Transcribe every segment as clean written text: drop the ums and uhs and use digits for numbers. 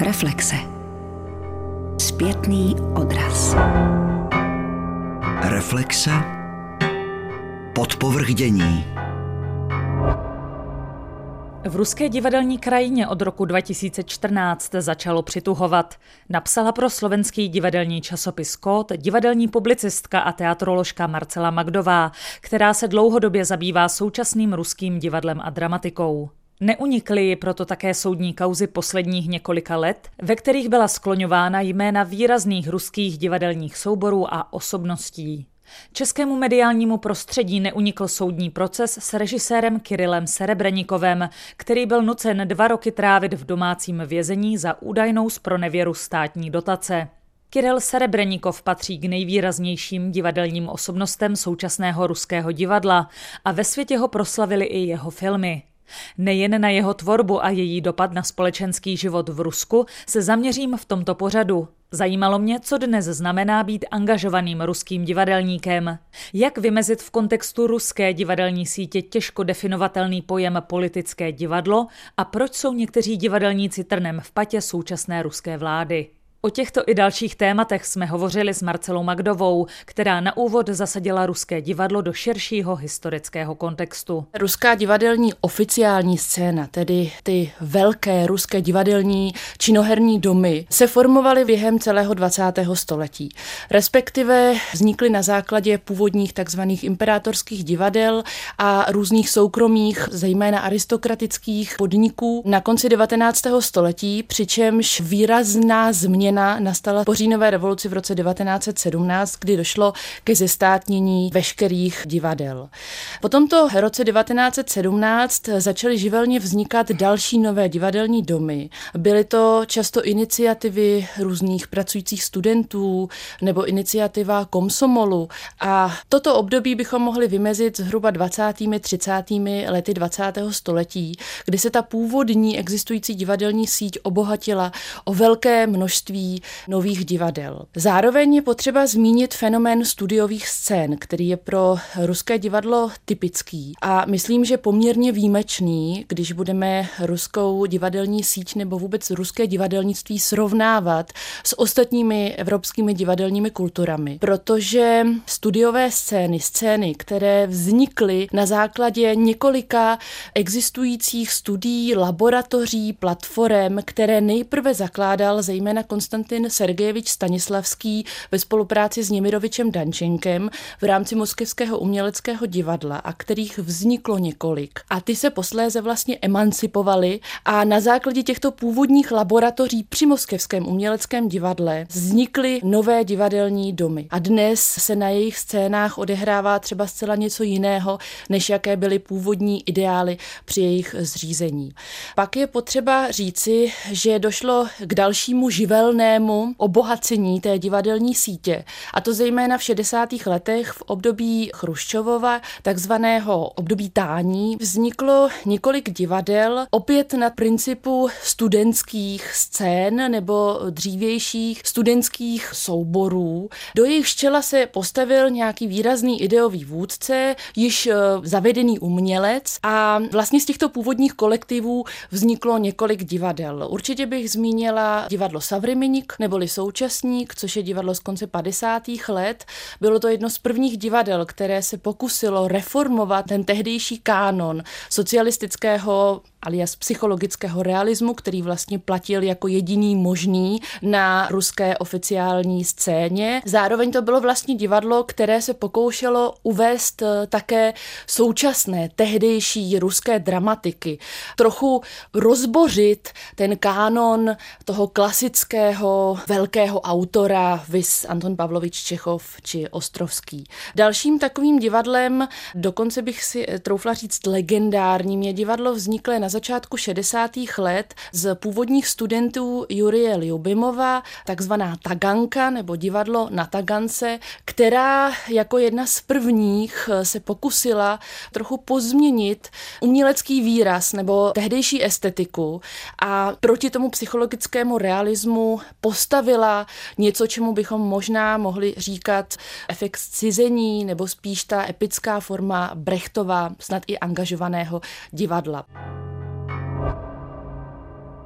Reflexe. Zpětný odraz. Reflexe. Podpovrch dění. V ruské divadelní krajině od roku 2014 začalo přituhovat. Napsala pro slovenský divadelní časopis Kód divadelní publicistka a teatroložka Marcela Magdová, která se dlouhodobě zabývá současným ruským divadlem a dramatikou. Neunikly ji proto také soudní kauzy posledních několika let, ve kterých byla skloňována jména výrazných ruských divadelních souborů a osobností. Českému mediálnímu prostředí neunikl soudní proces s režisérem Kirillem Serebrenikovem, který byl nucen 2 roky trávit v domácím vězení za údajnou zpronevěru státní dotace. Kirill Serebrenikov patří k nejvýraznějším divadelním osobnostem současného ruského divadla a ve světě ho proslavily i jeho filmy. Nejen na jeho tvorbu a její dopad na společenský život v Rusku se zaměřím v tomto pořadu. Zajímalo mě, co dnes znamená být angažovaným ruským divadelníkem. Jak vymezit v kontextu ruské divadelní sítě těžko definovatelný pojem politické divadlo a proč jsou někteří divadelníci trnem v patě současné ruské vlády. O těchto i dalších tématech jsme hovořili s Marcelou Magdovou, která na úvod zasadila ruské divadlo do širšího historického kontextu. Ruská divadelní oficiální scéna, tedy ty velké ruské divadelní činoherní domy, se formovaly během celého 20. století. Respektive vznikly na základě původních takzvaných imperátorských divadel a různých soukromých, zejména aristokratických podniků na konci 19. století, přičemž výrazná změna nastala po říjnové revoluci v roce 1917, kdy došlo ke zestátnění veškerých divadel. Po tomto roce 1917 začaly živelně vznikat další nové divadelní domy. Byly to často iniciativy různých pracujících studentů nebo iniciativa komsomolu a toto období bychom mohli vymezit zhruba 20. 30. lety 20. století, kdy se ta původní existující divadelní síť obohatila o velké množství nových divadel. Zároveň je potřeba zmínit fenomén studiových scén, který je pro ruské divadlo typický a myslím, že poměrně výjimečný, když budeme ruskou divadelní síť nebo vůbec ruské divadelnictví srovnávat s ostatními evropskými divadelními kulturami, protože studiové scény, které vznikly na základě několika existujících studií, laboratoří, platform, které nejprve zakládal zejména Konstantin Sergejevič Stanislavský ve spolupráci s Němirovičem Dančenkem v rámci Moskevského uměleckého divadla a kterých vzniklo několik. A ty se posléze vlastně emancipovaly a na základě těchto původních laboratoří při Moskevském uměleckém divadle vznikly nové divadelní domy. A dnes se na jejich scénách odehrává třeba zcela něco jiného, než jaké byly původní ideály při jejich zřízení. Pak je potřeba říci, že došlo k dalšímu živelnému obohacení té divadelní sítě. A to zejména v 60. letech v období Chruščovova, takzvaného období tání, vzniklo několik divadel, opět na principu studentských scén nebo dřívějších studentských souborů. Do jejich čela se postavil nějaký výrazný ideový vůdce, již zavedený umělec a vlastně z těchto původních kolektivů vzniklo několik divadel. Určitě bych zmínila divadlo Savremenik neboli Současník, což je divadlo z konce 50. let. Bylo to jedno z prvních divadel, které se pokusilo reformovat ten tehdejší kánon socialistického alias psychologického realismu, který vlastně platil jako jediný možný na ruské oficiální scéně. Zároveň to bylo vlastně divadlo, které se pokoušelo uvést také současné tehdejší ruské dramatiky. Trochu rozbořit ten kánon toho klasického velkého autora, vis Anton Pavlovič Čechov či Ostrovský. Dalším takovým divadlem, dokonce bych si troufla říct legendárním, je divadlo vzniklé na začátku 60. let z původních studentů Jurije Ljubimova, takzvaná Taganka nebo divadlo na Tagance, která jako jedna z prvních se pokusila trochu pozměnit umělecký výraz nebo tehdejší estetiku a proti tomu psychologickému realismu postavila něco, čemu bychom možná mohli říkat efekt zcizení nebo spíš ta epická forma Brechtova, snad i angažovaného divadla.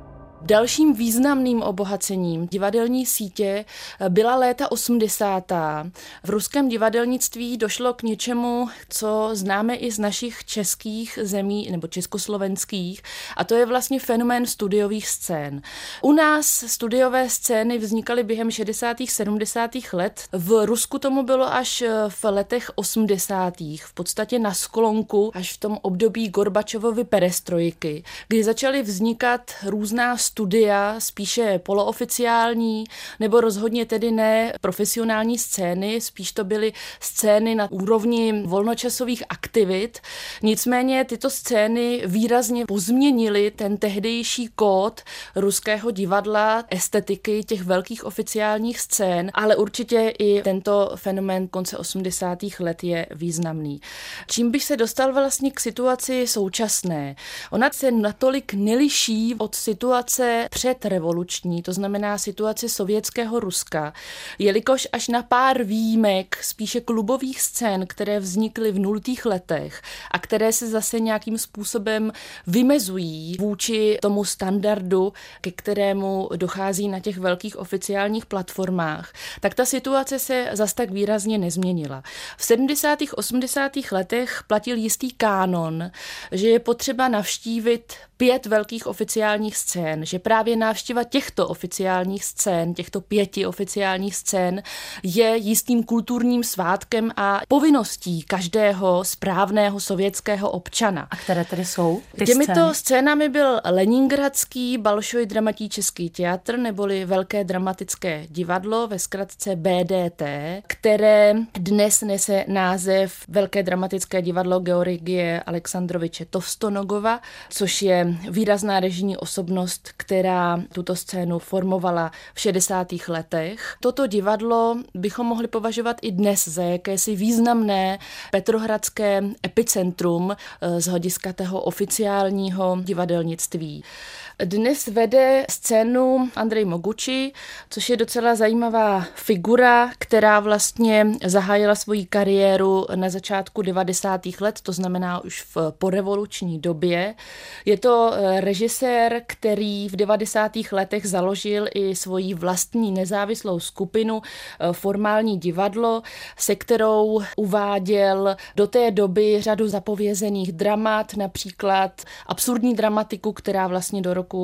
Dalším významným obohacením divadelní sítě byla léta 80. V ruském divadelnictví došlo k něčemu, co známe i z našich českých zemí nebo československých, a to je vlastně fenomén studiových scén. U nás studiové scény vznikaly během 60. 70. let. V Rusku tomu bylo až v letech 80. v podstatě na sklonku, až v tom období Gorbačovovy perestrojky, kdy začaly vznikat různá studia, spíše polooficiální, nebo rozhodně tedy ne profesionální scény, spíš to byly scény na úrovni volnočasových aktivit. Nicméně tyto scény výrazně pozměnily ten tehdejší kód ruského divadla, estetiky těch velkých oficiálních scén, ale určitě i tento fenomén konce 80. let je významný. Čím bych se dostal vlastně k situaci současné? Ona se natolik neliší od situace předrevoluční, to znamená situace sovětského Ruska, jelikož až na pár výjimek, spíše klubových scén, které vznikly v 0. letech a které se zase nějakým způsobem vymezují vůči tomu standardu, ke kterému dochází na těch velkých oficiálních platformách, tak ta situace se zas tak výrazně nezměnila. V 70. 80. letech platil jistý kánon, že je potřeba navštívit 5 velkých oficiálních scén, že právě návštěva těchto oficiálních scén, těchto 5 oficiálních scén je jistým kulturním svátkem a povinností každého správného sovětského občana. A které tedy jsou ty Těmito scénami byl Leningradský Balšoj dramatický teatr, neboli Velké dramatické divadlo, ve zkratce BDT, které dnes nese název Velké dramatické divadlo Georgie Alexandroviče Tovstonogova, což je výrazná režijní osobnost, která tuto scénu formovala v 60. letech. Toto divadlo bychom mohli považovat i dnes za jakési významné petrohradské epicentrum z hlediska toho oficiálního divadelnictví. Dnes vede scénu Andrej Moguči, což je docela zajímavá figura, která vlastně zahájila svoji kariéru na začátku 90. let, to znamená už v porevoluční době. Je to režisér, který v 90. letech založil i svoji vlastní nezávislou skupinu Formální divadlo, se kterou uváděl do té doby řadu zapovězených dramat, například absurdní dramatiku, která vlastně do roku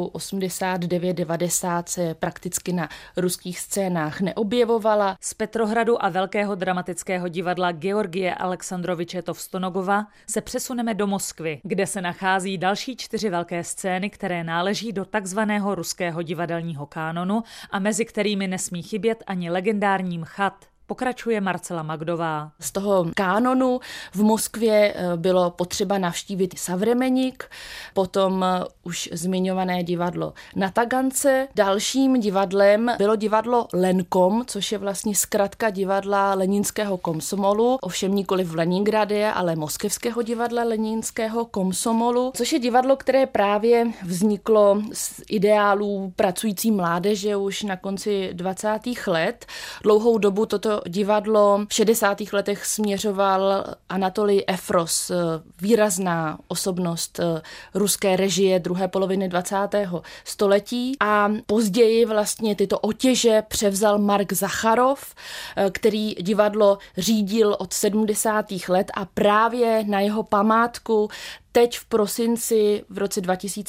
89-90 se prakticky na ruských scénách neobjevovala. Z Petrohradu a Velkého dramatického divadla Georgie Alexandroviče Tovstonogova se přesuneme do Moskvy, kde se nachází další 4 velké scény, které náleží do takzvaného ruského divadelního kánonu a mezi kterými nesmí chybět ani legendární Mchat. Pokračuje Marcela Magdová. Z toho kánonu v Moskvě bylo potřeba navštívit Savremenik, potom už zmiňované divadlo na Tagance. Dalším divadlem bylo divadlo Lenkom, což je vlastně zkratka divadla Leninského komsomolu, ovšem nikoli v Leningradě, ale Moskevského divadla Leninského komsomolu, což je divadlo, které právě vzniklo z ideálů pracující mládeže už na konci 20. let. Dlouhou dobu toto divadlo v 60. letech směřoval Anatolij Efros, výrazná osobnost ruské režie druhé poloviny 20. století, a později vlastně tyto otěže převzal Mark Zacharov, který divadlo řídil od 70. let a právě na jeho památku teď v prosinci v roce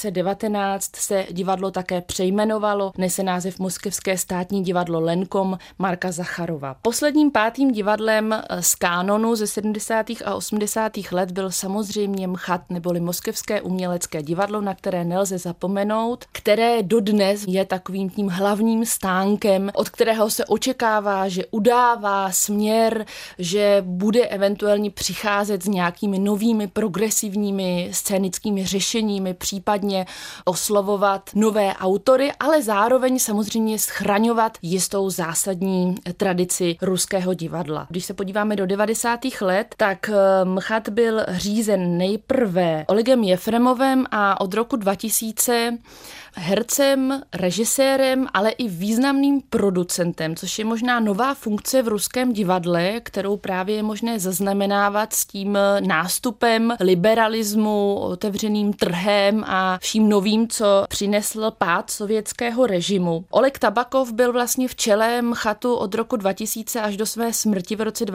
2019 se divadlo také přejmenovalo, nese název Moskevské státní divadlo Lenkom Marka Zacharova. Posledním 5. divadlem z kánonu ze 70. a 80. let byl samozřejmě Mchat, neboli Moskevské umělecké divadlo, na které nelze zapomenout, které dodnes je takovým tím hlavním stánkem, od kterého se očekává, že udává směr, že bude eventuálně přicházet s nějakými novými progresivními scénickými řešeními, případně oslovovat nové autory, ale zároveň samozřejmě schraňovat jistou zásadní tradici ruského divadla. Když se podíváme do 90. let, tak Mchat byl řízen nejprve Olegem Jefremovem a od roku 2000 hercem, režisérem, ale i významným producentem, což je možná nová funkce v ruském divadle, kterou právě je možné zaznamenávat s tím nástupem liberalismu režimu, otevřeným trhem a vším novým, co přinesl pád sovětského režimu. Oleg Tabakov byl vlastně v čele MCHATu od roku 2000 až do své smrti v roce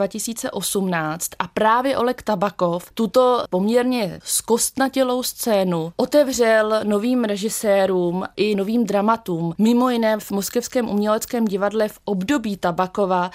2018 a právě Oleg Tabakov tuto poměrně zkostnatělou scénu otevřel novým režisérům i novým dramatům. Mimo jiné v Moskevském uměleckém divadle v období Tabakova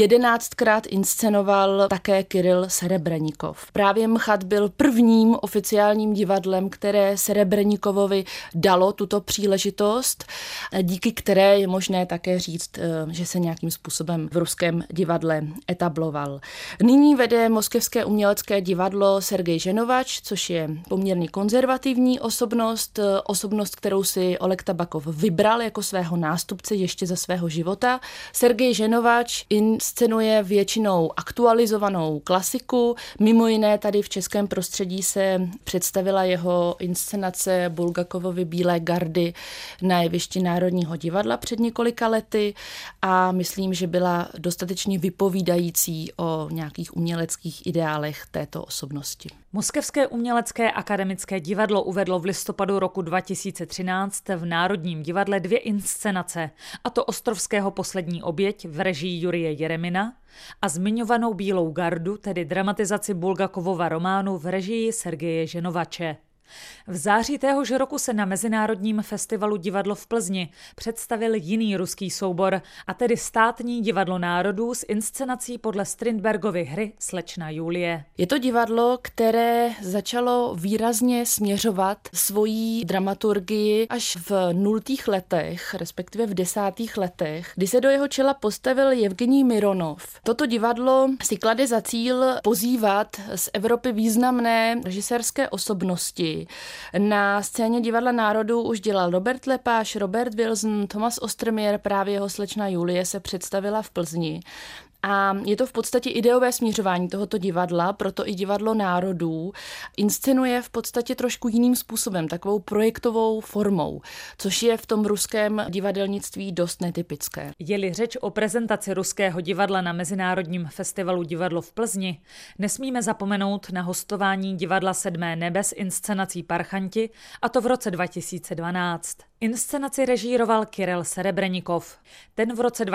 11krát inscenoval také Kiril Serebrennikov. Právě MCHAT byl prvním oficiálním divadlem, které Serebrenikovovi dalo tuto příležitost, díky které je možné také říct, že se nějakým způsobem v ruském divadle etabloval. Nyní vede Moskevské umělecké divadlo Sergej Ženovač, což je poměrně konzervativní osobnost, kterou si Oleg Tabakov vybral jako svého nástupce ještě za svého života. Sergej Ženovač inscenuje většinou aktualizovanou klasiku, mimo jiné tady v českém prostředí se představila jeho inscenace Bulgakovovy Bílé gardy na jevišti Národního divadla před několika lety a myslím, že byla dostatečně vypovídající o nějakých uměleckých ideálech této osobnosti. Moskevské umělecké akademické divadlo uvedlo v listopadu roku 2013 v Národním divadle 2 inscenace, a to Ostrovského Poslední oběť v režii Jurije Jeremina a zmiňovanou Bílou gardu, tedy dramatizaci Bulgakovova románu v režii Sergeje Ženovače. V září téhož roku se na Mezinárodním festivalu divadlo v Plzni představil jiný ruský soubor, a tedy Státní divadlo národů s inscenací podle Strindbergovy hry Slečna Julie. Je to divadlo, které začalo výrazně směřovat svoji dramaturgii až v 0. letech, respektive v 10. letech, kdy se do jeho čela postavil Jevgenij Mironov. Toto divadlo si klade za cíl pozývat z Evropy významné režisérské osobnosti. Na scéně divadla národů už dělal Robert Lepage, Robert Wilson, Thomas Ostermeier, právě jeho Slečna Julie se představila v Plzni. A je to v podstatě ideové směřování tohoto divadla, proto i divadlo národů inscenuje v podstatě trošku jiným způsobem, takovou projektovou formou, což je v tom ruském divadelnictví dost netypické. Je-li řeč o prezentaci ruského divadla na Mezinárodním festivalu divadlo v Plzni, nesmíme zapomenout na hostování divadla Sedmé nebe s inscenací Parchanti, a to v roce 2012. Inscenaci režíroval Kiril Serebrennikov. Ten v roce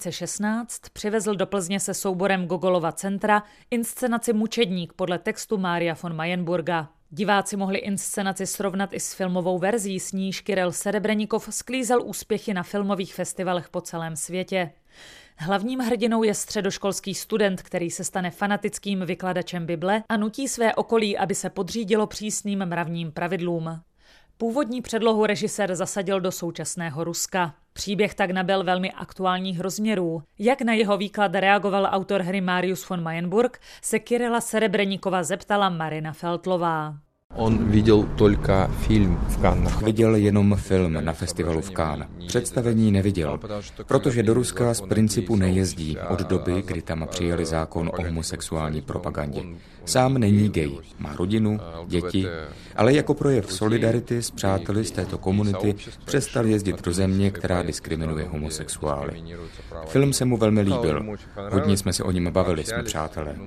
2016 přivezl do Plzně se souborem Gogolova centra inscenaci Mučedník podle textu Mária von Mayenburga. Diváci mohli inscenaci srovnat i s filmovou verzí, s níž Kiril Serebrennikov sklízel úspěchy na filmových festivalech po celém světě. Hlavním hrdinou je středoškolský student, který se stane fanatickým vykladačem Bible a nutí své okolí, aby se podřídilo přísným mravním pravidlům. Původní předlohu režisér zasadil do současného Ruska. Příběh tak nabyl velmi aktuálních rozměrů. Jak na jeho výklad reagoval autor hry Marius von Mayenburg, se Kirila Serebrennikova zeptala Marina Feltlová. On viděl только film v Cannes. Viděl jenom film na festivalu v Cannes. Představení neviděl, protože do Ruska z principu nejezdí od doby, kdy tam přijali zákon o homosexuální propagandě. Sám není gay, má rodinu, děti, ale jako projev solidarity s přáteli z této komunity přestal jezdit do země, která diskriminuje homosexuály. Film se mu velmi líbil. Hodně jsme se o něm bavili, jsme přátelé.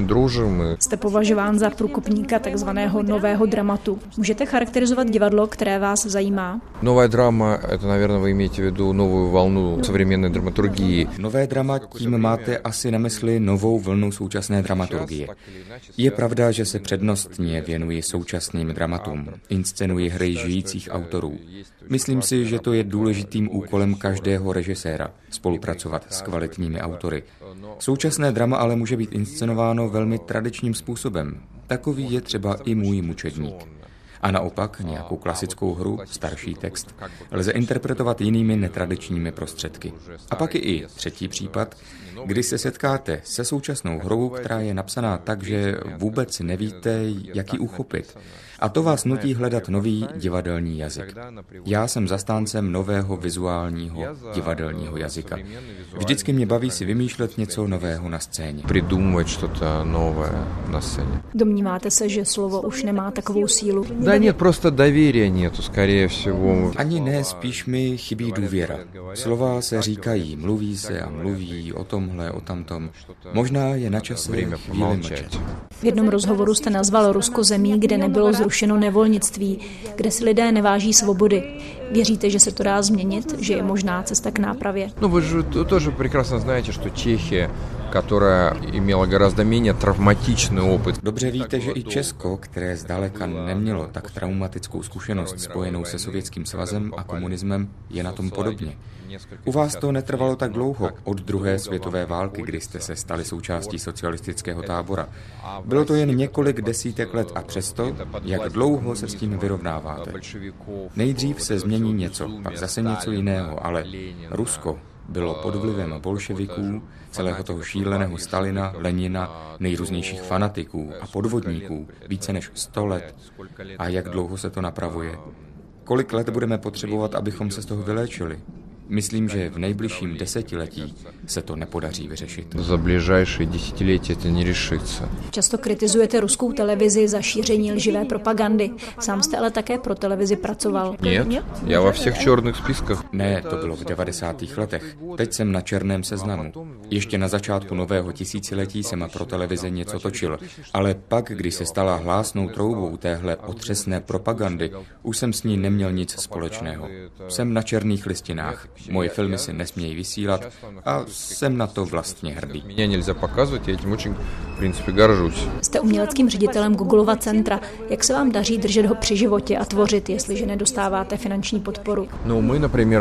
Jste považován za průkopníka takzvaného nového dramatu. Můžete charakterizovat divadlo, které vás zajímá? Nová drama, to navěrně vy imíte v vidu novou vlnu současné dramaturgie. Nové drama, tím máte asi na mysli novou vlnu současné dramaturgie. Je pravda, že se přednostně věnuji současným dramatům. Inscenuji hry žijících autorů. Myslím si, že to je důležitým úkolem každého režiséra, spolupracovat s kvalitními autory. Současné drama ale může být inscenováno velmi tradičním způsobem. Takový je třeba i můj Mučedník. A naopak nějakou klasickou hru, starší text, lze interpretovat jinými netradičními prostředky. A pak je i třetí případ, kdy se setkáte se současnou hrou, která je napsaná tak, že vůbec nevíte, jak ji uchopit. A to vás nutí hledat nový divadelní jazyk. Já jsem zastáncem nového vizuálního divadelního jazyka. Vždycky mě baví si vymýšlet něco nového na scéně. Přidumovat něco nové na scéně. Domníváte se, že slovo už nemá takovou sílu? Da нет, просто доверия нету, скорее всего. Ani ne, spíš mi chybí důvěra. Slova se říkají, mluví se a mluví o tomhle, o tamtom. Možná je na čase chvíli mlčet. V jednom rozhovoru jste nazval Rusko zemí, kde nebylo zrušení zrušeno nevolnictví, kde si lidé neváží svobody. Věříte, že se to dá změnit, že je možná cesta k nápravě? No, vy же тоже прекрасно знаете, что Чехия, которая имела гораздо менее травматичный опыт. Dobře víte, že i Česko, které zdaleka nemělo tak traumatickou zkušenost spojenou se Sovětským svazem a komunismem, je na tom podobně. U vás to netrvalo tak dlouho, od druhé světové války, kdy jste se stali součástí socialistického tábora. Bylo to jen několik desítek let a přesto, jak dlouho se s tím vyrovnáváte. Nejdřív se změní něco, pak zase něco jiného, ale Rusko bylo pod vlivem bolševiků, celého toho šíleného Stalina, Lenina, nejrůznějších fanatiků a podvodníků více než 100 let. A jak dlouho se to napravuje? Kolik let budeme potřebovat, abychom se z toho vyléčili? Myslím, že v nejbližším desetiletí se to nepodaří vyřešit. Za ближайшие desetiletí to neřešится. Často kritizujete ruskou televizi za šíření lživé propagandy. Sám jste ale také pro televizi pracoval. Ne, já ve všech černých spiskách. Ne, to bylo v 90. letech. Teď jsem na černém seznamu. Ještě na začátku nového tisíciletí jsem pro televizi něco točil. Ale pak, když se stala hlásnou troubou téhle otřesné propagandy, už jsem s ní neměl nic společného. Jsem na černých listinách. Moje filmy se nesmějí vysílat a jsem na to vlastně hrdý. Mě nelze pokazovat, já tím очень, v принципе, горжусь. Jste uměleckým ředitelem Googleova centra. Jak se vám daří držet ho při životě a tvořit, jestliže nedostáváte finanční podporu? No, my, например,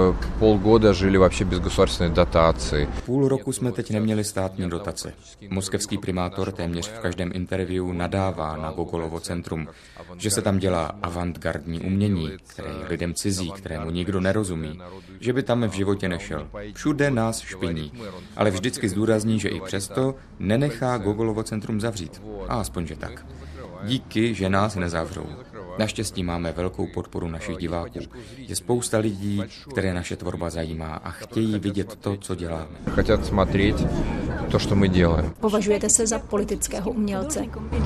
полгода žili вообще bez государственной дотации. Půl roku jsme teď neměli státní dotace. Moskevský primátor téměř v každém interview nadává na Googleovo centrum, že se tam dělá avantgardní umění, které je lidem cizí, kterému nikdo nerozumí, že by tam v životě nešel. Všude nás špiní, ale vždycky zdůrazní, že i přesto nenechá Googleovo centrum zavřít. A aspoň, že tak. Díky, že nás nezavřou. Naštěstí máme velkou podporu našich diváků. Je spousta lidí, které naše tvorba zajímá a chtějí vidět to, co děláme. Chtějí смотреть to, co my děláme. Považujete se za politického umělce?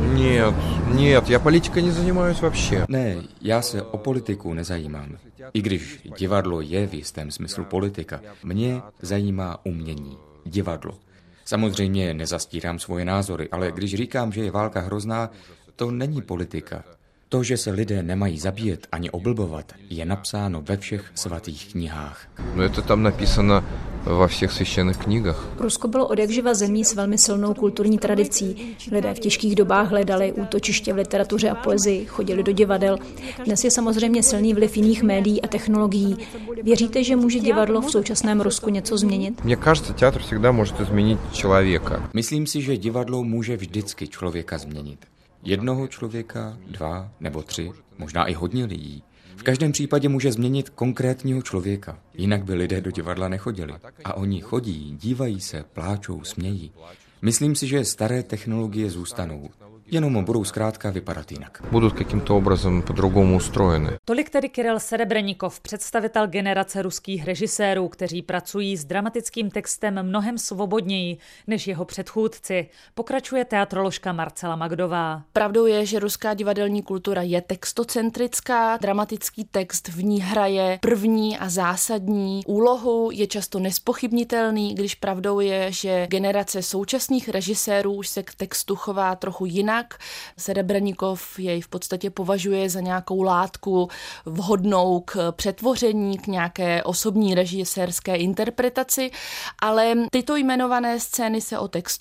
Нет, já politika nezajímаюсь вообще. Ne, já se o politiku nezajímám. I když divadlo je v jistém smyslu politika, mě zajímá umění, divadlo. Samozřejmě nezastírám svoje názory, ale když říkám, že je válka hrozná, to není politika. To, že se lidé nemají zabíjet ani oblbovat, je napsáno ve všech svatých knihách. No je to tam napsáno ve všech svěštěných knihách. Rusko bylo odjakživa zemí s velmi silnou kulturní tradicí. Lidé v těžkých dobách hledali útočiště v literatuře a poezii, chodili do divadel. Dnes je samozřejmě silný vliv jiných médií a technologií. Věříte, že může divadlo v současném Rusku něco změnit? Mně кажется, teatr vždy může změnit člověka. Myslím si, že divadlo může vždycky člověka změnit. Jednoho člověka, 2 nebo 3, možná i hodně lidí. V každém případě může změnit konkrétního člověka. Jinak by lidé do divadla nechodili. A oni chodí, dívají se, pláčou, smějí. Myslím si, že staré technologie zůstanou. Jenom budou zkrátka vypadat jinak. Budou jakýmto obrazem po-drugomu ustrojeny. Tolik tedy Kiril Serebrennikov, představitel generace ruských režisérů, kteří pracují s dramatickým textem mnohem svobodněji než jeho předchůdci. Pokračuje teatroložka Marcela Magdová. Pravdou je, že ruská divadelní kultura je textocentrická, dramatický text v ní hraje první a zásadní úlohu, je často nespochybnitelný, když pravdou je, že generace současných režisérů už se k textu chová trochu jinak. Serebrennikov jej v podstatě považuje za nějakou látku vhodnou k přetvoření, k nějaké osobní režisérské interpretaci, ale tyto jmenované scény se o text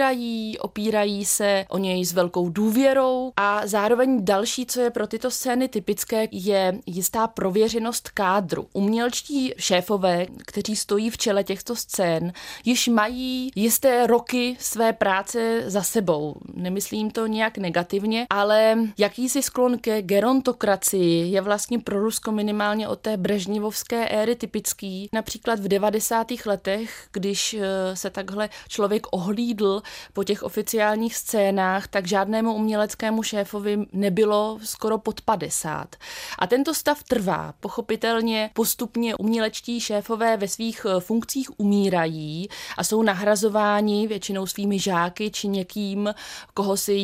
opírají se o něj s velkou důvěrou a zároveň další, co je pro tyto scény typické, je jistá prověřenost kádru. Umělčtí šéfové, kteří stojí v čele těchto scén, již mají jisté roky své práce za sebou. Nemyslím to nějak negativně, ale jakýsi sklon ke gerontokracii je vlastně pro Rusko minimálně od té brežněvovské éry typický. Například v 90. letech, když se takhle člověk ohlídl po těch oficiálních scénách, tak žádnému uměleckému šéfovi nebylo skoro pod 50. A tento stav trvá. Pochopitelně postupně umělečtí šéfové ve svých funkcích umírají a jsou nahrazováni většinou svými žáky či někým, koho si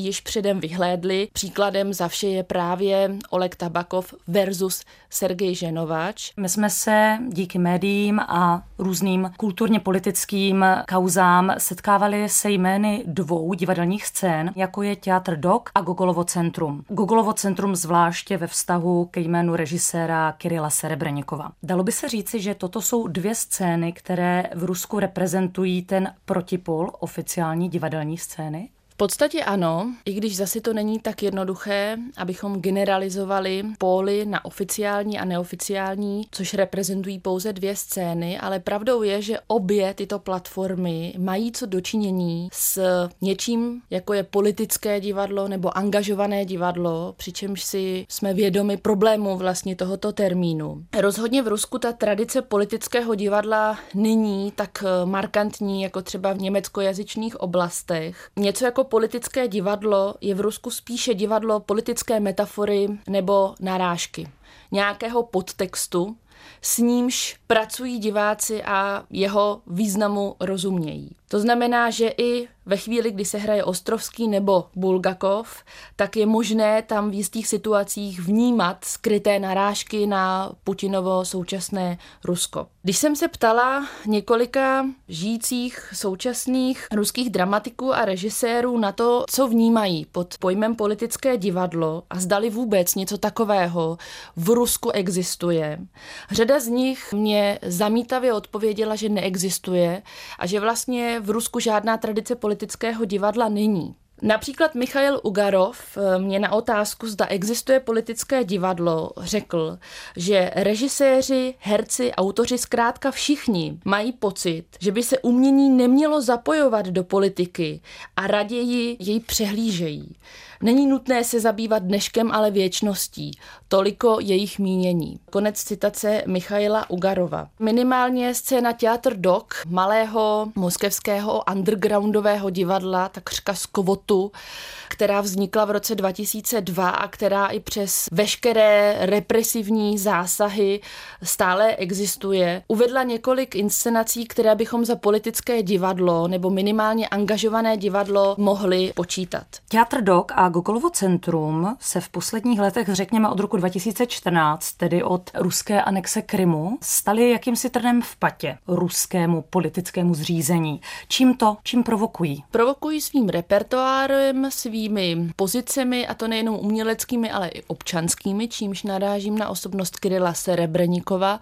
již předem vyhlédli. Příkladem za vše je právě Oleg Tabakov versus Sergej Ženovač. My jsme se díky médiím a různým kulturně-politickým kauzám setkávali se jmény 2 divadelních scén, jako je Teatr Dok a Gogolovo centrum. Gogolovo centrum zvláště ve vztahu ke jménu režiséra Kirila Serebrenikova. Dalo by se říci, že toto jsou 2 scény, které v Rusku reprezentují ten protipol oficiální divadelní scény? V podstatě ano, i když zase to není tak jednoduché, abychom generalizovali póly na oficiální a neoficiální, což reprezentují pouze 2 scény, ale pravdou je, že obě tyto platformy mají co dočinění s něčím, jako je politické divadlo nebo angažované divadlo, přičemž si jsme vědomi problému vlastně tohoto termínu. Rozhodně v Rusku ta tradice politického divadla není tak markantní, jako třeba v německojazyčných oblastech. Něco jako politické divadlo je v Rusku spíše divadlo politické metafory nebo narážky. Nějakého podtextu, s nímž pracují diváci a jeho významu rozumějí. To znamená, že i ve chvíli, kdy se hraje Ostrovský nebo Bulgakov, tak je možné tam v jistých situacích vnímat skryté narážky na Putinovo současné Rusko. Když jsem se ptala několika žijících současných ruských dramatiků a režisérů na to, co vnímají pod pojmem politické divadlo a zdali vůbec něco takového v Rusku existuje, řada z nich mě zamítavě odpověděla, že neexistuje a že vlastně v Rusku žádná tradice politického divadla není. Například Michail Ugarov mě na otázku, zda existuje politické divadlo, řekl, že režiséři, herci, autoři, zkrátka všichni mají pocit, že by se umění nemělo zapojovat do politiky a raději jej přehlížejí. Není nutné se zabývat dneškem, ale věčností. Toliko jejich mínění. Konec citace Michaila Ugarova. Minimálně scéna Teatr Dok, malého moskevského undergroundového divadla, takřka z Kovotu, která vznikla v roce 2002 a která i přes veškeré represivní zásahy stále existuje, uvedla několik inscenací, které bychom za politické divadlo nebo minimálně angažované divadlo mohli počítat. Teatr Dok a Gogolovo centrum se v posledních letech, řekněme od roku 2014, tedy od ruské anexe Krymu, staly jakýmsi trnem v patě ruskému politickému zřízení. Čím provokují? Provokují svým repertoárem, svými pozicemi, a to nejenom uměleckými, ale i občanskými, čímž narážím na osobnost Kirila Serebrenikova,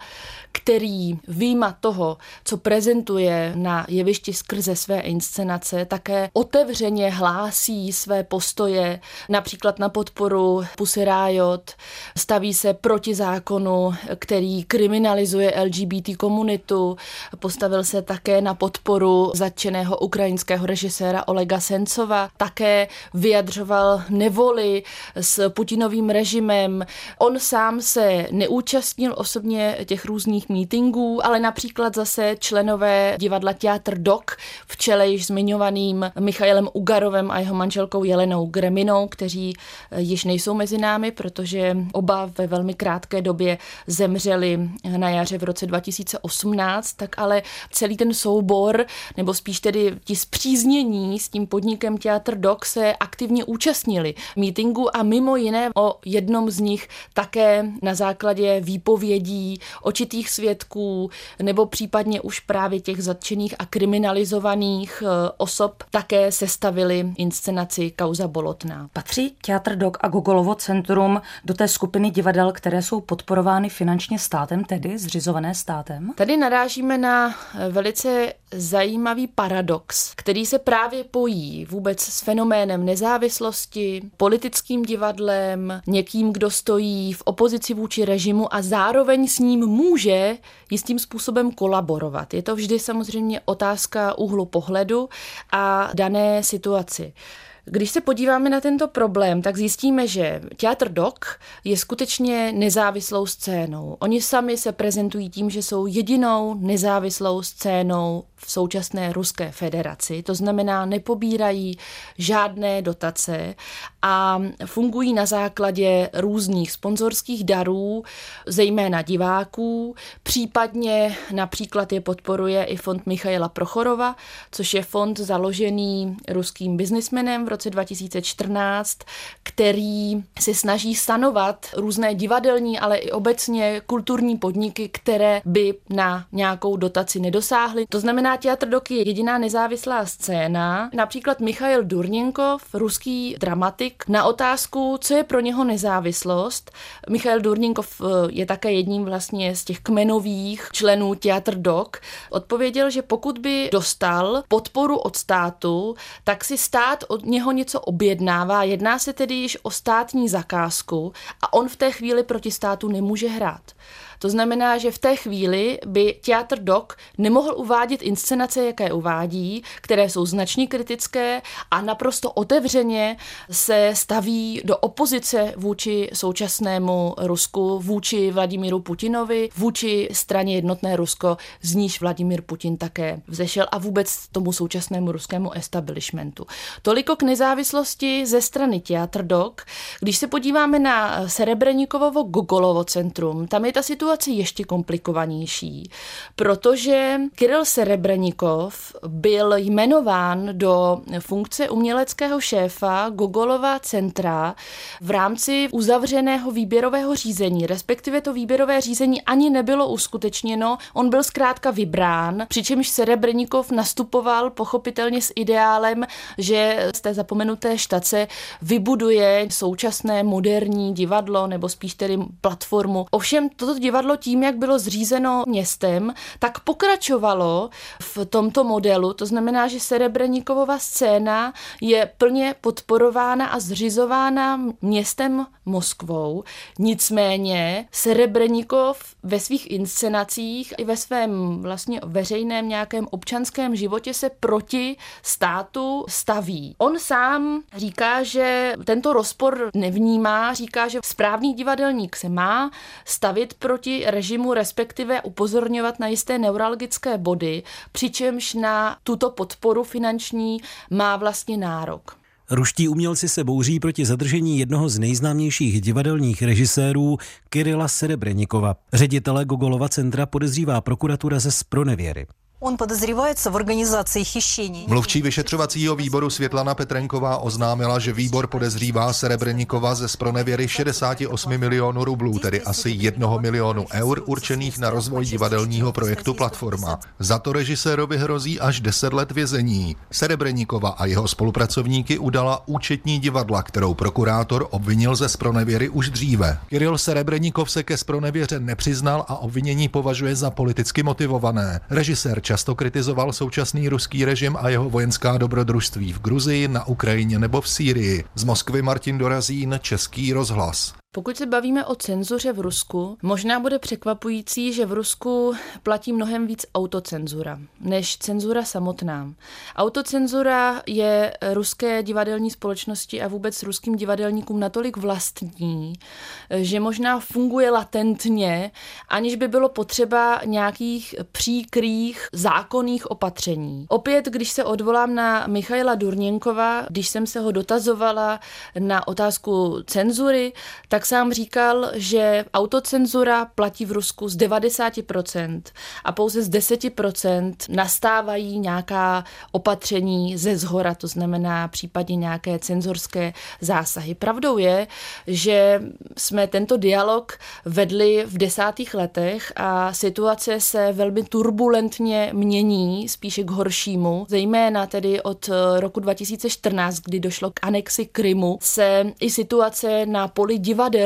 který vyjma toho, co prezentuje na jevišti skrze své inscenace, také otevřeně hlásí své postoje, například na podporu Pussy Riot, staví se proti zákonu, který kriminalizuje LGBT komunitu, postavil se také na podporu zatčeného ukrajinského režiséra Olega Sencova, také vyjadřoval nevoli s Putinovým režimem. On sám se neúčastnil osobně těch různých mítinků, ale například zase členové divadla Teatr Dok v čele již zmiňovaným Michailem Ugarovem a jeho manželkou Jelenou Greminou, kteří již nejsou mezi námi, protože oba ve velmi krátké době zemřeli na jaře v roce 2018, tak ale celý ten soubor, nebo spíš tedy ti spříznění s tím podnikem Teatr Dok se aktivně účastnili mítinku a mimo jiné o jednom z nich také na základě výpovědí očitých svědků nebo případně už právě těch zatčených a kriminalizovaných osob také sestavili inscenaci Kauza Bolotná. Patří Teatr Dok a Gogolovo centrum do té skupiny divadel, které jsou podporovány finančně státem, tedy zřizované státem? Tady narážíme na velice zajímavý paradox, který se právě pojí vůbec s fenoménem nezávislosti, politickým divadlem, někým, kdo stojí v opozici vůči režimu a zároveň s ním může jistým způsobem kolaborovat. Je to vždy samozřejmě otázka úhlu pohledu a dané situaci. Když se podíváme na tento problém, tak zjistíme, že Teatr Dok je skutečně nezávislou scénou. Oni sami se prezentují tím, že jsou jedinou nezávislou scénou v současné Ruské federaci, to znamená nepobírají žádné dotace a fungují na základě různých sponzorských darů, zejména diváků, případně například je podporuje i fond Michaila Prochorova, což je fond založený ruským biznismenem v roce 2014, který se snaží sanovat různé divadelní, ale i obecně kulturní podniky, které by na nějakou dotaci nedosáhly. To znamená, Teatr Dok je jediná nezávislá scéna. Například Michail Durněnkov, ruský dramatik, na otázku, co je pro něho nezávislost. Michail Durněnkov je také jedním vlastně z těch kmenových členů Teatr Dok. Odpověděl, že pokud by dostal podporu od státu, tak si stát od něho něco objednává. Jedná se tedy již o státní zakázku a on v té chvíli proti státu nemůže hrát. To znamená, že v té chvíli by Teatr Dok nemohl uvádět inscenace, jaké uvádí, které jsou značně kritické a naprosto otevřeně se staví do opozice vůči současnému Rusku, vůči Vladimíru Putinovi, vůči straně Jednotné Rusko, z níž Vladimír Putin také vzešel a vůbec tomu současnému ruskému establishmentu. Toliko k nezávislosti ze strany Teatr Dok. Když se podíváme na Serebrenikovovo Gogolovo centrum, tam je ta situace ještě komplikovanější, protože Kiril Serebrenikov byl jmenován do funkce uměleckého šéfa Gogolova centra v rámci uzavřeného výběrového řízení, respektive to výběrové řízení ani nebylo uskutečněno, on byl zkrátka vybrán, přičemž Serebrenikov nastupoval pochopitelně s ideálem, že z té zapomenuté štace vybuduje současné moderní divadlo, nebo spíš tedy platformu. Ovšem toto divadlo tím, jak bylo zřízeno městem, tak pokračovalo v tomto modelu. To znamená, že Serebrennikovova scéna je plně podporována a zřizována městem Moskvou. Nicméně Serebrennikov ve svých inscenacích i ve svém vlastně veřejném nějakém občanském životě se proti státu staví. On sám říká, že tento rozpor nevnímá, říká, že správný divadelník se má stavit proti režimu, respektive upozorňovat na jisté neuralgické body, přičemž na tuto podporu finanční má vlastně nárok. Ruští umělci se bouří proti zadržení jednoho z nejznámějších divadelních režisérů Kirila Serebrennikova. Ředitele Gogolova centra podezřívá prokuratura ze zpronevěry. Mluvčí vyšetřovacího výboru Světlana Petrenková oznámila, že výbor podezřívá Serebrennikova ze zpronevěry 68 milionů rublů, tedy asi 1 milionu eur, určených na rozvoj divadelního projektu Platforma. Za to režisérovi hrozí až 10 let vězení. Serebrennikova a jeho spolupracovníky udala účetní divadla, kterou prokurátor obvinil ze zpronevěry už dříve. Kiril Serebrennikov se ke zpronevěře nepřiznal a obvinění považuje za politicky motivované. Režisér často kritizoval současný ruský režim a jeho vojenská dobrodružství v Gruzii, na Ukrajině nebo v Sýrii. Z Moskvy Martin Dorazín, Český rozhlas. Pokud se bavíme o cenzuře v Rusku, možná bude překvapující, že v Rusku platí mnohem víc autocenzura než cenzura samotná. Autocenzura je ruské divadelní společnosti a vůbec ruským divadelníkům natolik vlastní, že možná funguje latentně, aniž by bylo potřeba nějakých příkrých zákonných opatření. Opět, když se odvolám na Michaila Durněnkova, když jsem se ho dotazovala na otázku cenzury, tak sám říkal, že autocenzura platí v Rusku z 90% a pouze z 10% nastávají nějaká opatření ze zhora, to znamená případně nějaké cenzorské zásahy. Pravdou je, že jsme tento dialog vedli v 10. letech a situace se velmi turbulentně mění, spíše k horšímu, zejména tedy od roku 2014, kdy došlo k anexi Krymu, se i situace na poli divadelním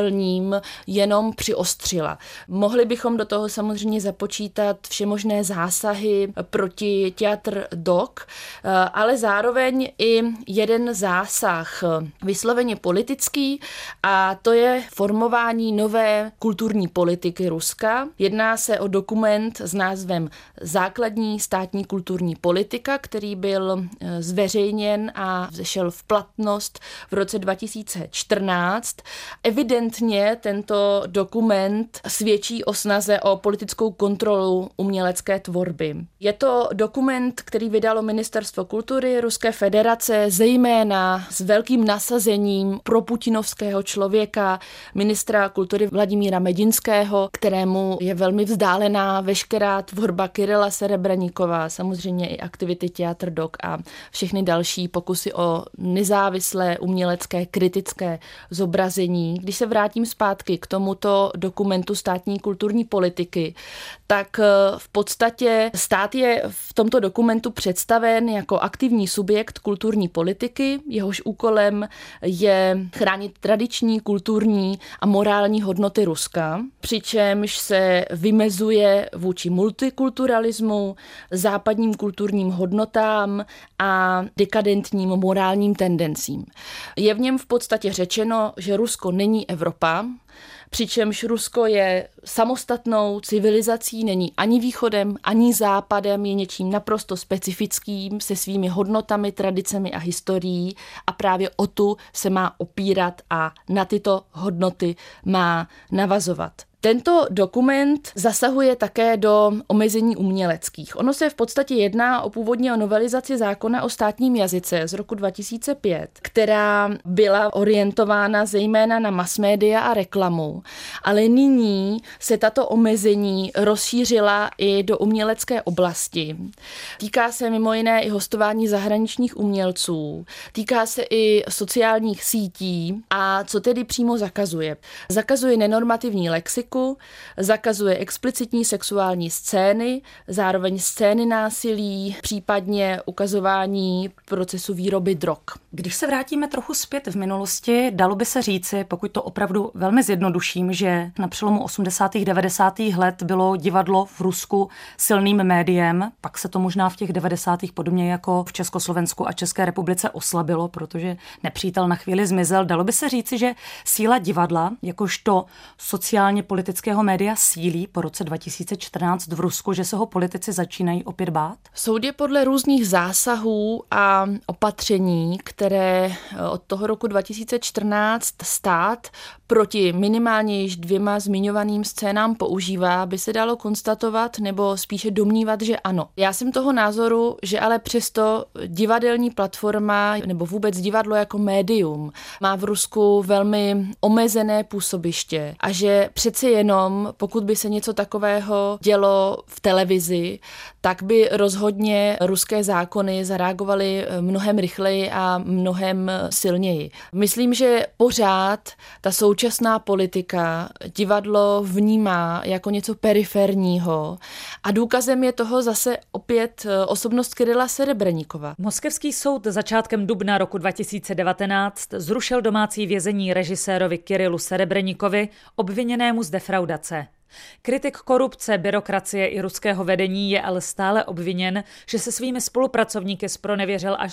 jenom přiostřila. Mohli bychom do toho samozřejmě započítat všemožné zásahy proti Teatr Dok, ale zároveň i jeden zásah vysloveně politický, a to je formování nové kulturní politiky Ruska. Jedná se o dokument s názvem Základní státní kulturní politika, který byl zveřejněn a vzešel v platnost v roce 2014. Evidentně evidentně tento dokument svědčí o snaze o politickou kontrolu umělecké tvorby. Je to dokument, který vydalo Ministerstvo kultury Ruské federace, zejména s velkým nasazením proputinovského člověka, ministra kultury Vladimíra Medinského, kterému je velmi vzdálená veškerá tvorba Kyrila Serebrenikova, samozřejmě i aktivity Teatr Dok a všechny další pokusy o nezávislé umělecké kritické zobrazení. Když se vrátím zpátky k tomuto dokumentu státní kulturní politiky, tak v podstatě stát je v tomto dokumentu představen jako aktivní subjekt kulturní politiky, jehož úkolem je chránit tradiční, kulturní a morální hodnoty Ruska, přičemž se vymezuje vůči multikulturalismu, západním kulturním hodnotám a dekadentním morálním tendencím. Je v něm v podstatě řečeno, že Rusko není Evropa, přičemž Rusko je samostatnou civilizací, není ani východem, ani západem, je něčím naprosto specifickým se svými hodnotami, tradicemi a historií a právě o tu se má opírat a na tyto hodnoty má navazovat. Tento dokument zasahuje také do omezení uměleckých. Ono se v podstatě jedná původně o novelizaci zákona o státním jazyce z roku 2005, která byla orientována zejména na masmédia a reklamu, ale nyní se tato omezení rozšířila i do umělecké oblasti. Týká se mimo jiné i hostování zahraničních umělců, týká se i sociálních sítí a co tedy přímo zakazuje? Zakazuje nenormativní lexiku, zakazuje explicitní sexuální scény, zároveň scény násilí, případně ukazování procesu výroby drog. Když se vrátíme trochu zpět v minulosti, dalo by se říci, pokud to opravdu velmi zjednoduším, že na přelomu 80. 90. let bylo divadlo v Rusku silným médiem, pak se to možná v těch 90. podobně jako v Československu a České republice oslabilo, protože nepřítel na chvíli zmizel. Dalo by se říci, že síla divadla, jakožto sociálně politického média sílí po roce 2014 v Rusku, že se ho politici začínají opět bát? Soudě podle různých zásahů a opatření, které od toho roku 2014 stát proti minimálně již 2 zmiňovaným scénám používá, by se dalo konstatovat nebo spíše domnívat, že ano. Já jsem toho názoru, že ale přesto divadelní platforma nebo vůbec divadlo jako médium má v Rusku velmi omezené působiště a že přeci jenom, pokud by se něco takového dělo v televizi, tak by rozhodně ruské zákony zareagovaly mnohem rychleji a mnohem silněji. Myslím, že pořád ta současná politika divadlo vnímá jako něco periferního a důkazem je toho zase opět osobnost Kyrila Serebrenikova. Moskevský soud začátkem dubna roku 2019 zrušil domácí vězení režisérovi Kyrilu Serebrenikovi, obviněnému z defraudace. Kritik korupce, byrokracie i ruského vedení je ale stále obviněn, že se svými spolupracovníky zpronevěřil až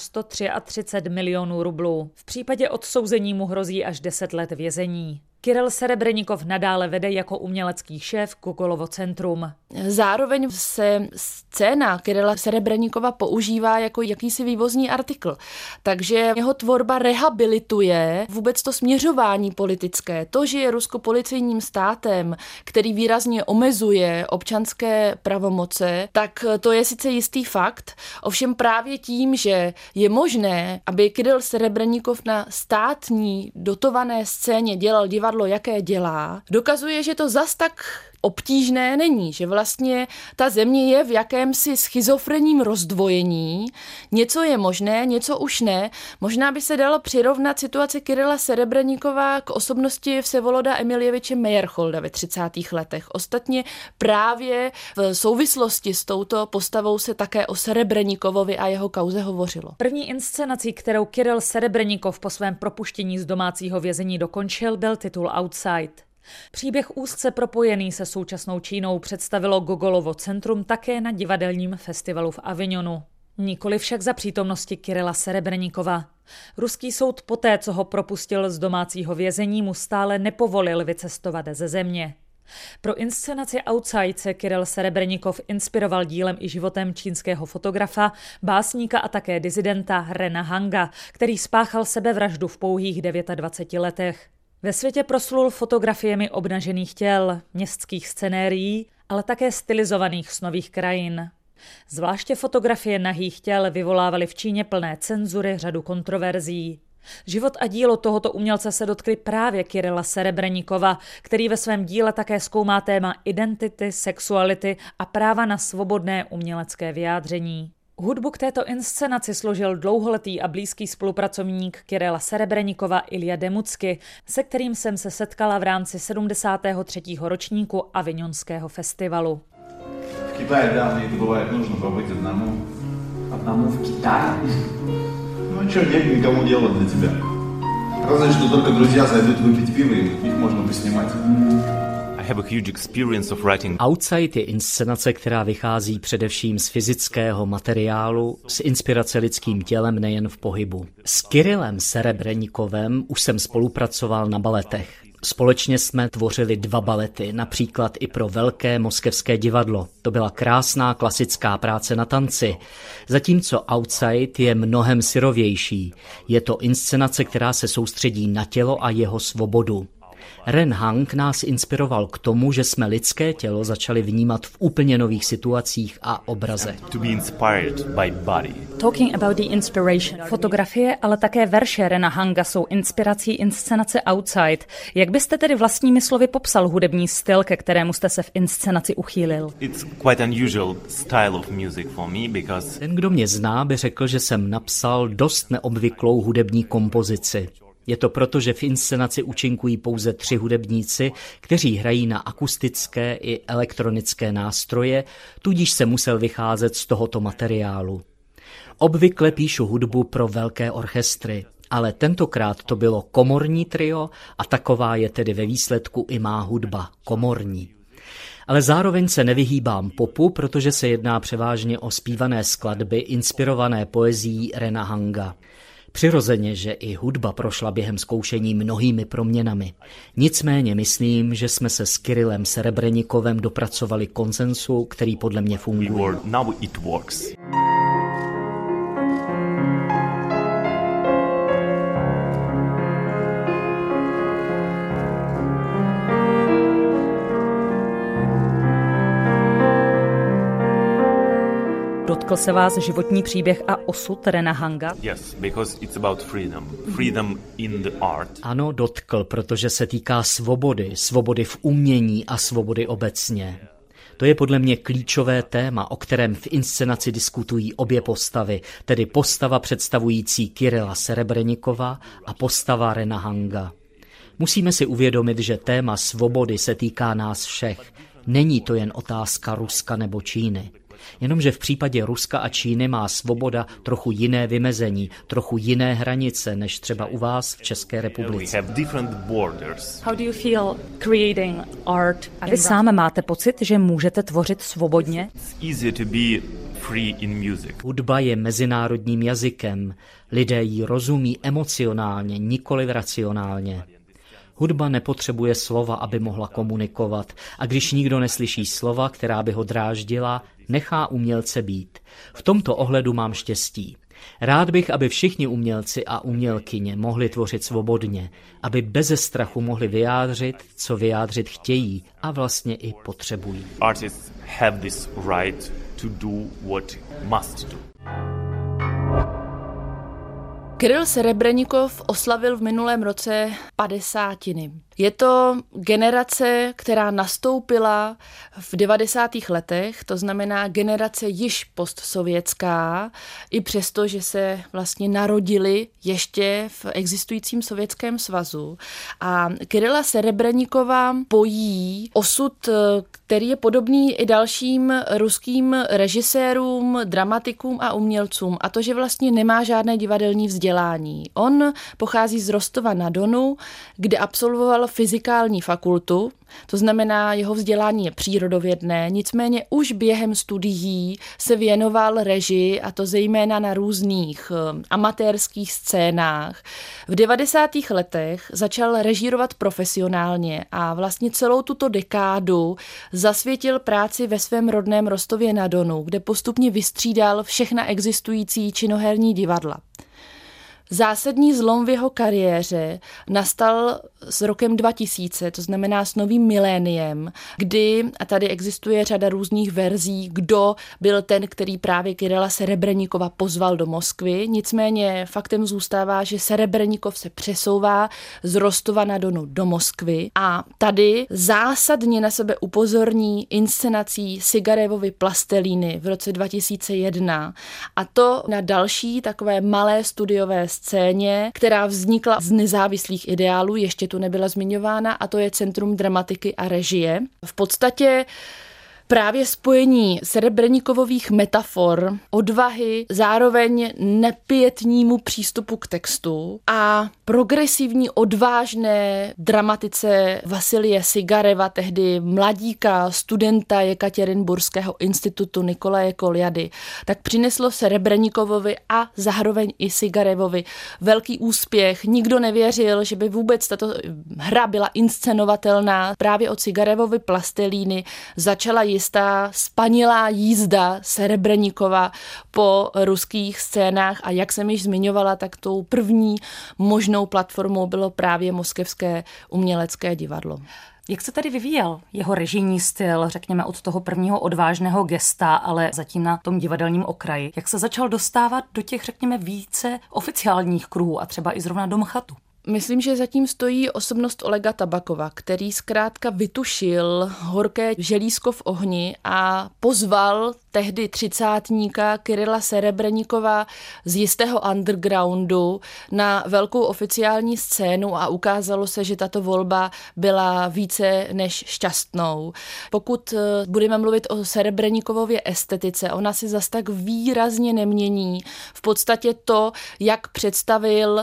133 milionů rublů. V případě odsouzení mu hrozí až 10 let vězení. Kirill Serebrenikov nadále vede jako umělecký šéf Gogolovo centrum. Zároveň se scéna Kyrila Serebrenikova používá jako jakýsi vývozní artikl. Takže jeho tvorba rehabilituje vůbec to směřování politické. To, že je Rusko policejním státem, který výrazně omezuje občanské pravomoce, tak to je sice jistý fakt. Ovšem právě tím, že je možné, aby Kirill Serebrenikov na státní dotované scéně dělal divadlo, jaké dělá, dokazuje, že to zas tak obtížné není, že vlastně ta země je v jakémsi schizofrenním rozdvojení. Něco je možné, něco už ne. Možná by se dalo přirovnat situaci Kyrila Serebrenikova k osobnosti Vsevoloda Emiljeviče Meyerholda ve 30. letech. Ostatně právě v souvislosti s touto postavou se také o Serebrenikovovi a jeho kauze hovořilo. První inscenací, kterou Kirill Serebrenikov po svém propuštění z domácího vězení dokončil, byl titul Outside. Příběh úzce propojený se současnou Čínou představilo Gogolovo centrum také na divadelním festivalu v Avignonu. Nikoli však za přítomnosti Kirila Serebrenikova. Ruský soud poté, co ho propustil z domácího vězení, mu stále nepovolil vycestovat ze země. Pro inscenaci Outside se Kirill Serebrenikov inspiroval dílem i životem čínského fotografa, básníka a také disidenta Rena Hanga, který spáchal sebevraždu v pouhých 29 letech. Ve světě proslul fotografiemi obnažených těl, městských scenérií, ale také stylizovaných snových krajin. Zvláště fotografie nahých těl vyvolávaly v Číně plné cenzury řadu kontroverzí. Život a dílo tohoto umělce se dotkli právě Kirila Serebrenikova, který ve svém díle také zkoumá téma identity, sexuality a práva na svobodné umělecké vyjádření. Hudbu k této inscenaci složil dlouholetý a blízký spolupracovník Kirila Serebrenikova Ilja Demucky, se kterým jsem se setkala v rámci 73. ročníku Avignonského festivalu. V Kytaji, да, мне это bывает нужно побыть одному. Одному в Китае? Ну а что, нет никому дела для тебя. Разве что только друзья зайдут выпить пиво, и их можно поснимать. Outside je inscenace, která vychází především z fyzického materiálu, z inspirace lidským tělem nejen v pohybu. S Kirilem Serebrenikovem už jsem spolupracoval na baletech. Společně jsme tvořili 2 balety, například i pro Velké moskevské divadlo. To byla krásná klasická práce na tanci. Zatímco Outside je mnohem syrovější. Je to inscenace, která se soustředí na tělo a jeho svobodu. Ren Hang nás inspiroval k tomu, že jsme lidské tělo začali vnímat v úplně nových situacích a obrazech. Talking about the inspiration. Fotografie, ale také verše Rena Hanga jsou inspirací inscenace Outside. Jak byste tedy vlastními slovy popsal hudební styl, ke kterému jste se v inscenaci uchýlil? Ten, kdo mě zná, by řekl, že jsem napsal dost neobvyklou hudební kompozici. Je to proto, že v inscenaci účinkují pouze 3 hudebníci, kteří hrají na akustické i elektronické nástroje, tudíž se musel vycházet z tohoto materiálu. Obvykle píšu hudbu pro velké orchestry, ale tentokrát to bylo komorní trio a taková je tedy ve výsledku i má hudba, komorní. Ale zároveň se nevyhýbám popu, protože se jedná převážně o zpívané skladby inspirované poezií Rena Hanga. Přirozeně, že i hudba prošla během zkoušení mnohými proměnami. Nicméně myslím, že jsme se s Kirilem Serebrenikovem dopracovali konsensu, který podle mě funguje. Dotkl se vás životní příběh a osud Rena Hanga? Ano, dotkl, protože se týká svobody, svobody v umění a svobody obecně. To je podle mě klíčové téma, o kterém v inscenaci diskutují obě postavy, tedy postava představující Kirila Serebrenikova a postava Rena Hanga. Musíme si uvědomit, že téma svobody se týká nás všech. Není to jen otázka Ruska nebo Číny. Jenomže v případě Ruska a Číny má svoboda trochu jiné vymezení, trochu jiné hranice, než třeba u vás v České republice. How do you feel creating art? A vy sám máte pocit, že můžete tvořit svobodně? Hudba je mezinárodním jazykem. Lidé ji rozumí emocionálně, nikoli racionálně. Hudba nepotřebuje slova, aby mohla komunikovat, a když nikdo neslyší slova, která by ho dráždila, nechá umělce být. V tomto ohledu mám štěstí. Rád bych, aby všichni umělci a umělkyně mohli tvořit svobodně, aby beze strachu mohli vyjádřit, co vyjádřit chtějí a vlastně i potřebují. Artists have this right to do what must do. Kiril Serebrenikov oslavil v minulém roce 50. Je to generace, která nastoupila v 90. letech, to znamená generace již postsovětská, i přesto, že se vlastně narodili ještě v existujícím Sovětském svazu. A Kirila Serebrenikova pojí osud, který je podobný i dalším ruským režisérům, dramatikům a umělcům, a to, že vlastně nemá žádné divadelní vzdělání. On pochází z Rostova na Donu, kde absolvoval fyzikální fakultu, to znamená, jeho vzdělání je přírodovědné, nicméně už během studií se věnoval režii, a to zejména na různých amatérských scénách. V 90. letech začal režírovat profesionálně a vlastně celou tuto dekádu zasvětil práci ve svém rodném Rostově na Donu, kde postupně vystřídal všechna existující činoherní divadla. Zásadní zlom v jeho kariéře nastal s rokem 2000, to znamená s novým miléniem, kdy, a tady existuje řada různých verzí, kdo byl ten, který právě Kyrila Serebrennikova pozval do Moskvy. Nicméně faktem zůstává, že Serebrennikov se přesouvá z Rostova na Donu do Moskvy a tady zásadně na sebe upozorní inscenací Sigarevovy Plastelíny v roce 2001 a to na další takové malé studiové scéně, která vznikla z nezávislých ideálů, ještě tu nebyla zmiňována, a to je Centrum dramatiky a režie. V podstatě právě spojení Serebrennikovových metafor, odvahy, zároveň nepětnímu přístupu k textu a progresivní odvážné dramatice Vasilije Sigareva, tehdy mladíka, studenta Jekatěrinburského institutu Nikolaje Koljady, tak přineslo Serebrennikovovi a zároveň i Sigarevovi velký úspěch. Nikdo nevěřil, že by vůbec tato hra byla inscenovatelná. Právě od Sigarevovy Plastelíny začala jistá spanilá jízda Serebrennikova po ruských scénách a jak jsem již zmiňovala, tak tou první možnou platformou bylo právě Moskevské umělecké divadlo. Jak se tady vyvíjel jeho režijní styl, řekněme od toho prvního odvážného gesta, ale zatím na tom divadelním okraji? Jak se začal dostávat do těch, řekněme, více oficiálních kruhů a třeba i zrovna do MCHATu? Myslím, že zatím stojí osobnost Olega Tabakova, který zkrátka vytušil horké želízko v ohni a pozval tehdy třicátníka Kyrila Serebrennikova z jistého undergroundu na velkou oficiální scénu a ukázalo se, že tato volba byla více než šťastnou. Pokud budeme mluvit o Serebrennikovově estetice, ona si zas tak výrazně nemění. V podstatě to, jak představil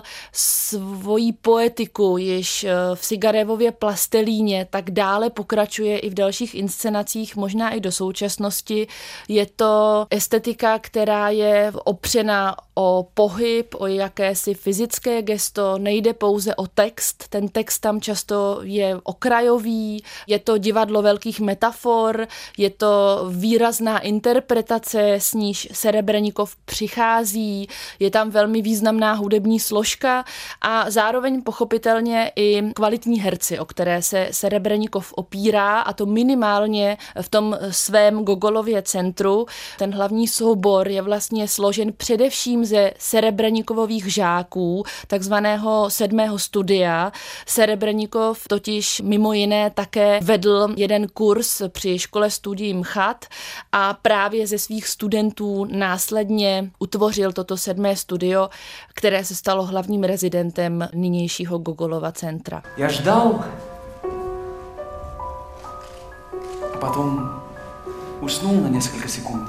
svoji poetiku již v Sigarevově Plastelíně, tak dále pokračuje i v dalších inscenacích, možná i do současnosti. Je to estetika, která je opřena o pohyb, o jakési fyzické gesto, nejde pouze o text, ten text tam často je okrajový, je to divadlo velkých metafor, je to výrazná interpretace, s níž Serebrennikov přichází, je tam velmi významná hudební složka a zároveň pochopitelně i kvalitní herci, o které se Serebrennikov opírá, a to minimálně v tom svém Gogolově centru. Ten hlavní soubor je vlastně složen především ze Serebrennikovových žáků, takzvaného 7. studia. Serebrennikov totiž mimo jiné také vedl jeden kurz při škole studií MCHAT a právě ze svých studentů následně utvořil toto 7. studio, které se stalo hlavním rezidentem nynějšího Gogolova centra. Já ždal a potom uснул на несколько секунд.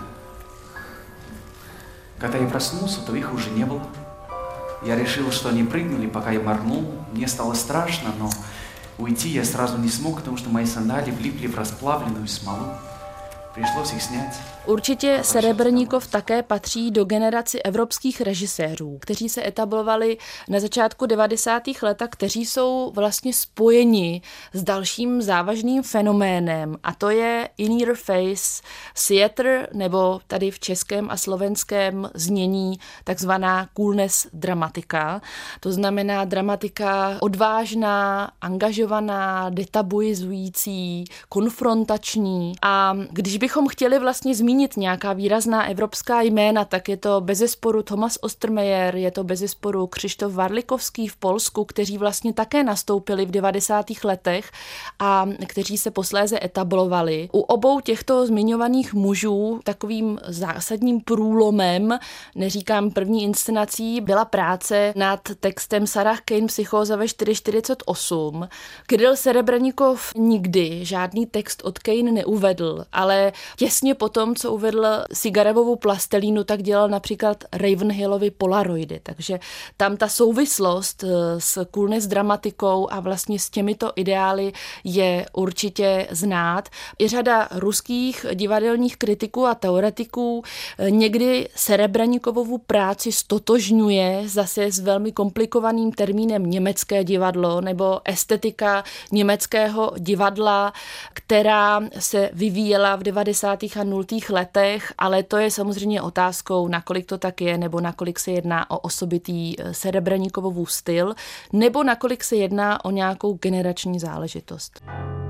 Когда я проснулся, то их уже не было. Я решил, что они прыгнули, пока я моргнул. Мне стало страшно, но уйти я сразу не смог, потому что мои сандали влипли в расплавленную смолу. Přišlo si snět. Určitě Serebrennikov také patří do generaci evropských režisérů, kteří se etablovali na začátku 90. let a kteří jsou vlastně spojeni s dalším závažným fenoménem, a to je in your face theater, nebo tady v českém a slovenském znění takzvaná coolness dramatika. To znamená dramatika odvážná, angažovaná, detabuizující, konfrontační. A když bychom chtěli vlastně zmínit nějaká výrazná evropská jména, tak je to bezesporu Thomas Ostermeyer, je to bezesporu Krzysztof Warlikowski v Polsku, kteří vlastně také nastoupili v 90. letech a kteří se posléze etablovali. U obou těchto zmiňovaných mužů takovým zásadním průlomem, neříkám první inscenací, byla práce nad textem Sarah Kane Psychóza ve 448. Kirill Serebrennikov nikdy žádný text od Kane neuvedl, ale těsně potom, co uvedl Sigarevovu Plastelínu, tak dělal například Ravenhillovi Polaroidy. Takže tam ta souvislost s coolness dramatikou a vlastně s těmito ideály je určitě znát. I řada ruských divadelních kritiků a teoretiků někdy Serebrennikovovu práci stotožňuje zase s velmi komplikovaným termínem německé divadlo nebo estetika německého divadla, která se vyvíjela v 90. 90. a 0. letech, ale to je samozřejmě otázkou, nakolik to tak je, nebo nakolik se jedná o osobitý Serebrennikovův styl, nebo nakolik se jedná o nějakou generační záležitost.